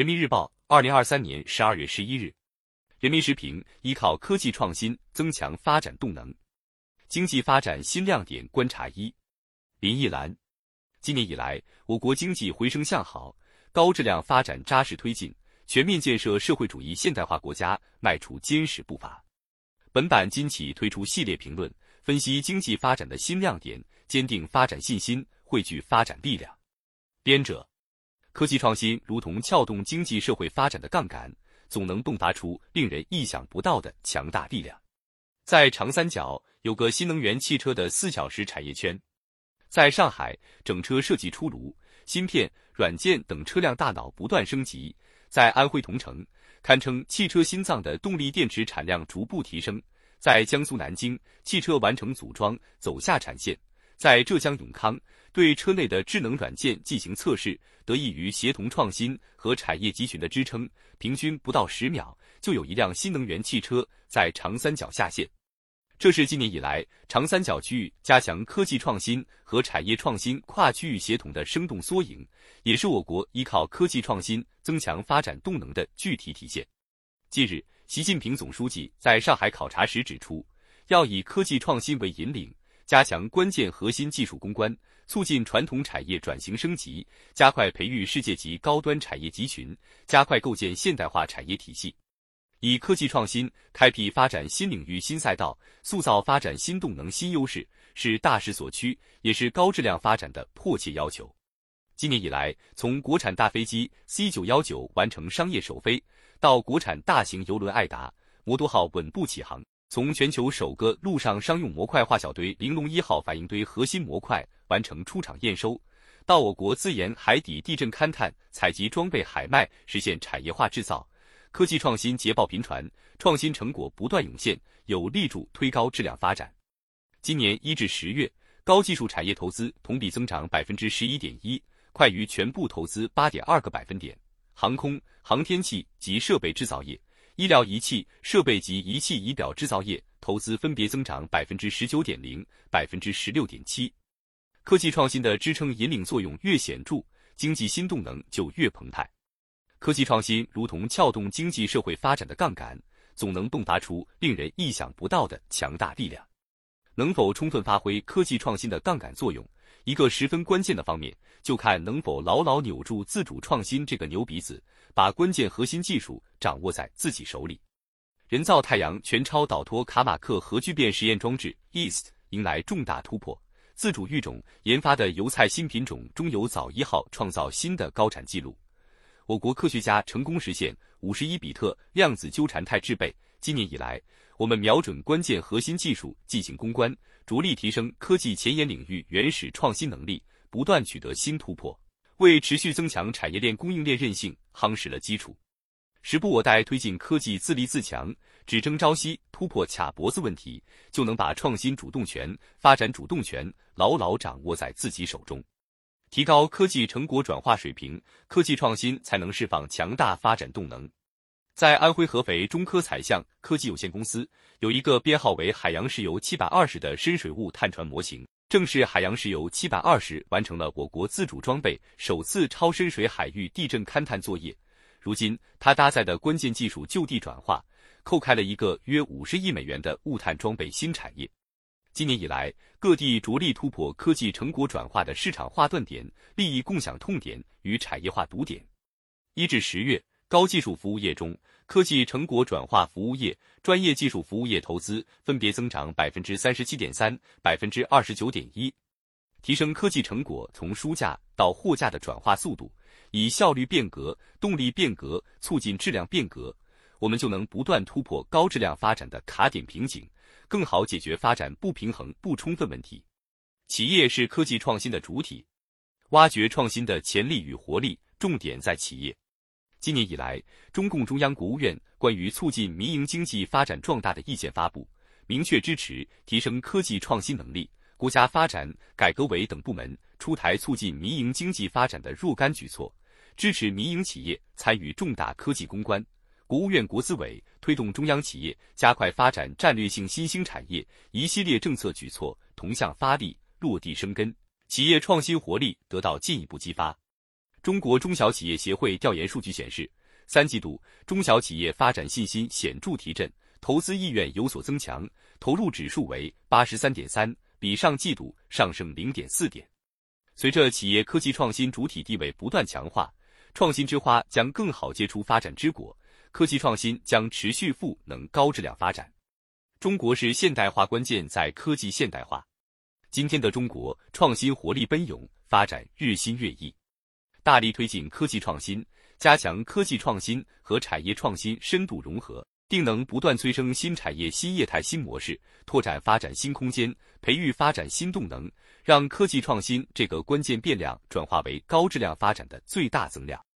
人民日报2023年12月11日。人民时评：依靠科技创新增强发展动能，经济发展新亮点观察一。林毅兰。今年以来，我国经济回升向好，高质量发展扎实推进，全面建设社会主义现代化国家迈出坚实步伐。本版今起推出系列评论，分析经济发展的新亮点，坚定发展信心，汇聚发展力量。编者：科技创新如同撬动经济社会发展的杠杆，总能迸发出令人意想不到的强大力量。在长三角有个新能源汽车的4小时产业圈，在上海整车设计出炉，芯片、软件等车辆大脑不断升级；在安徽桐城，堪称汽车心脏的动力电池产量逐步提升；在江苏南京，汽车完成组装走下产线；在浙江永康，对车内的智能软件进行测试，得益于协同创新和产业集群的支撑，平均不到10秒就有一辆新能源汽车在长三角下线。这是今年以来长三角区域加强科技创新和产业创新跨区域协同的生动缩影，也是我国依靠科技创新增强发展动能的具体体现。近日，习近平总书记在上海考察时指出，要以科技创新为引领，加强关键核心技术攻关，促进传统产业转型升级，加快培育世界级高端产业集群，加快构建现代化产业体系。以科技创新开辟发展新领域新赛道，塑造发展新动能新优势，是大势所趋，也是高质量发展的迫切要求。今年以来，从国产大飞机 C919 完成商业首飞，到国产大型邮轮爱达、摩多号稳步起航，从全球首个陆上商用模块化小堆玲珑1号反应堆核心模块完成出厂验收，到我国自研海底地震勘探采集装备海脉实现产业化制造，科技创新捷报频传，创新成果不断涌现，有力助推高质量发展。今年1至10月，高技术产业投资同比增长 11.1%， 快于全部投资 8.2个百分点。航空、航天器及设备制造业、医疗仪器、设备及仪器仪表制造业投资分别增长 19.0%、16.7%。科技创新的支撑引领作用越显著，经济新动能就越澎湃。科技创新如同撬动经济社会发展的杠杆，总能迸发出令人意想不到的强大力量。能否充分发挥科技创新的杠杆作用，一个十分关键的方面，就看能否牢牢扭住自主创新这个牛鼻子，把关键核心技术掌握在自己手里。人造太阳全超导脱卡马克核聚变实验装置 EAST 迎来重大突破，自主育种研发的油菜新品种中油藻1号创造新的高产纪录。我国科学家成功实现51比特量子纠缠态制备。今年以来，我们瞄准关键核心技术进行攻关，着力提升科技前沿领域原始创新能力，不断取得新突破，为持续增强产业链供应链韧性夯实了基础。时不我待推进科技自立自强，只争朝夕，突破卡脖子问题，就能把创新主动权、发展主动权牢牢掌握在自己手中。提高科技成果转化水平，科技创新才能释放强大发展动能。在安徽合肥中科采象科技有限公司，有一个编号为海洋石油720的深水坞探船模型，正是海洋石油720完成了我国自主装备首次超深水海域地震勘探作业。如今，它搭载的关键技术就地转化，叩开了一个约50亿美元的物探装备新产业。今年以来，各地着力突破科技成果转化的市场化断点、利益共享痛点与产业化堵点。1至10月，高技术服务业中，科技成果转化服务业、专业技术服务业投资分别增长 37.3%、29.1%。提升科技成果从书架到货架的转化速度，以效率变革、动力变革促进质量变革，我们就能不断突破高质量发展的卡点瓶颈，更好解决发展不平衡不充分问题。企业是科技创新的主体，挖掘创新的潜力与活力，重点在企业。今年以来，中共中央、国务院关于促进民营经济发展壮大的意见发布，明确支持提升科技创新能力。国家发展改革委等部门出台促进民营经济发展的若干举措，支持民营企业参与重大科技攻关。国务院国资委推动中央企业加快发展战略性新兴产业，一系列政策举措同向发力，落地生根，企业创新活力得到进一步激发。 中国中小企业协会调研数据显示，3季度中小企业发展信心显著提振，投资意愿有所增强，投入指数为 83.3， 比上季度上升 0.4 点。随着企业科技创新主体地位不断强化，创新之花将更好结出发展之果，科技创新将持续赋能高质量发展。中国式现代化关键在科技现代化。今天的中国创新活力奔涌，发展日新月异，大力推进科技创新，加强科技创新和产业创新深度融合，定能不断催生新产业新业态新模式，拓展发展新空间，培育发展新动能，让科技创新这个关键变量转化为高质量发展的最大增量。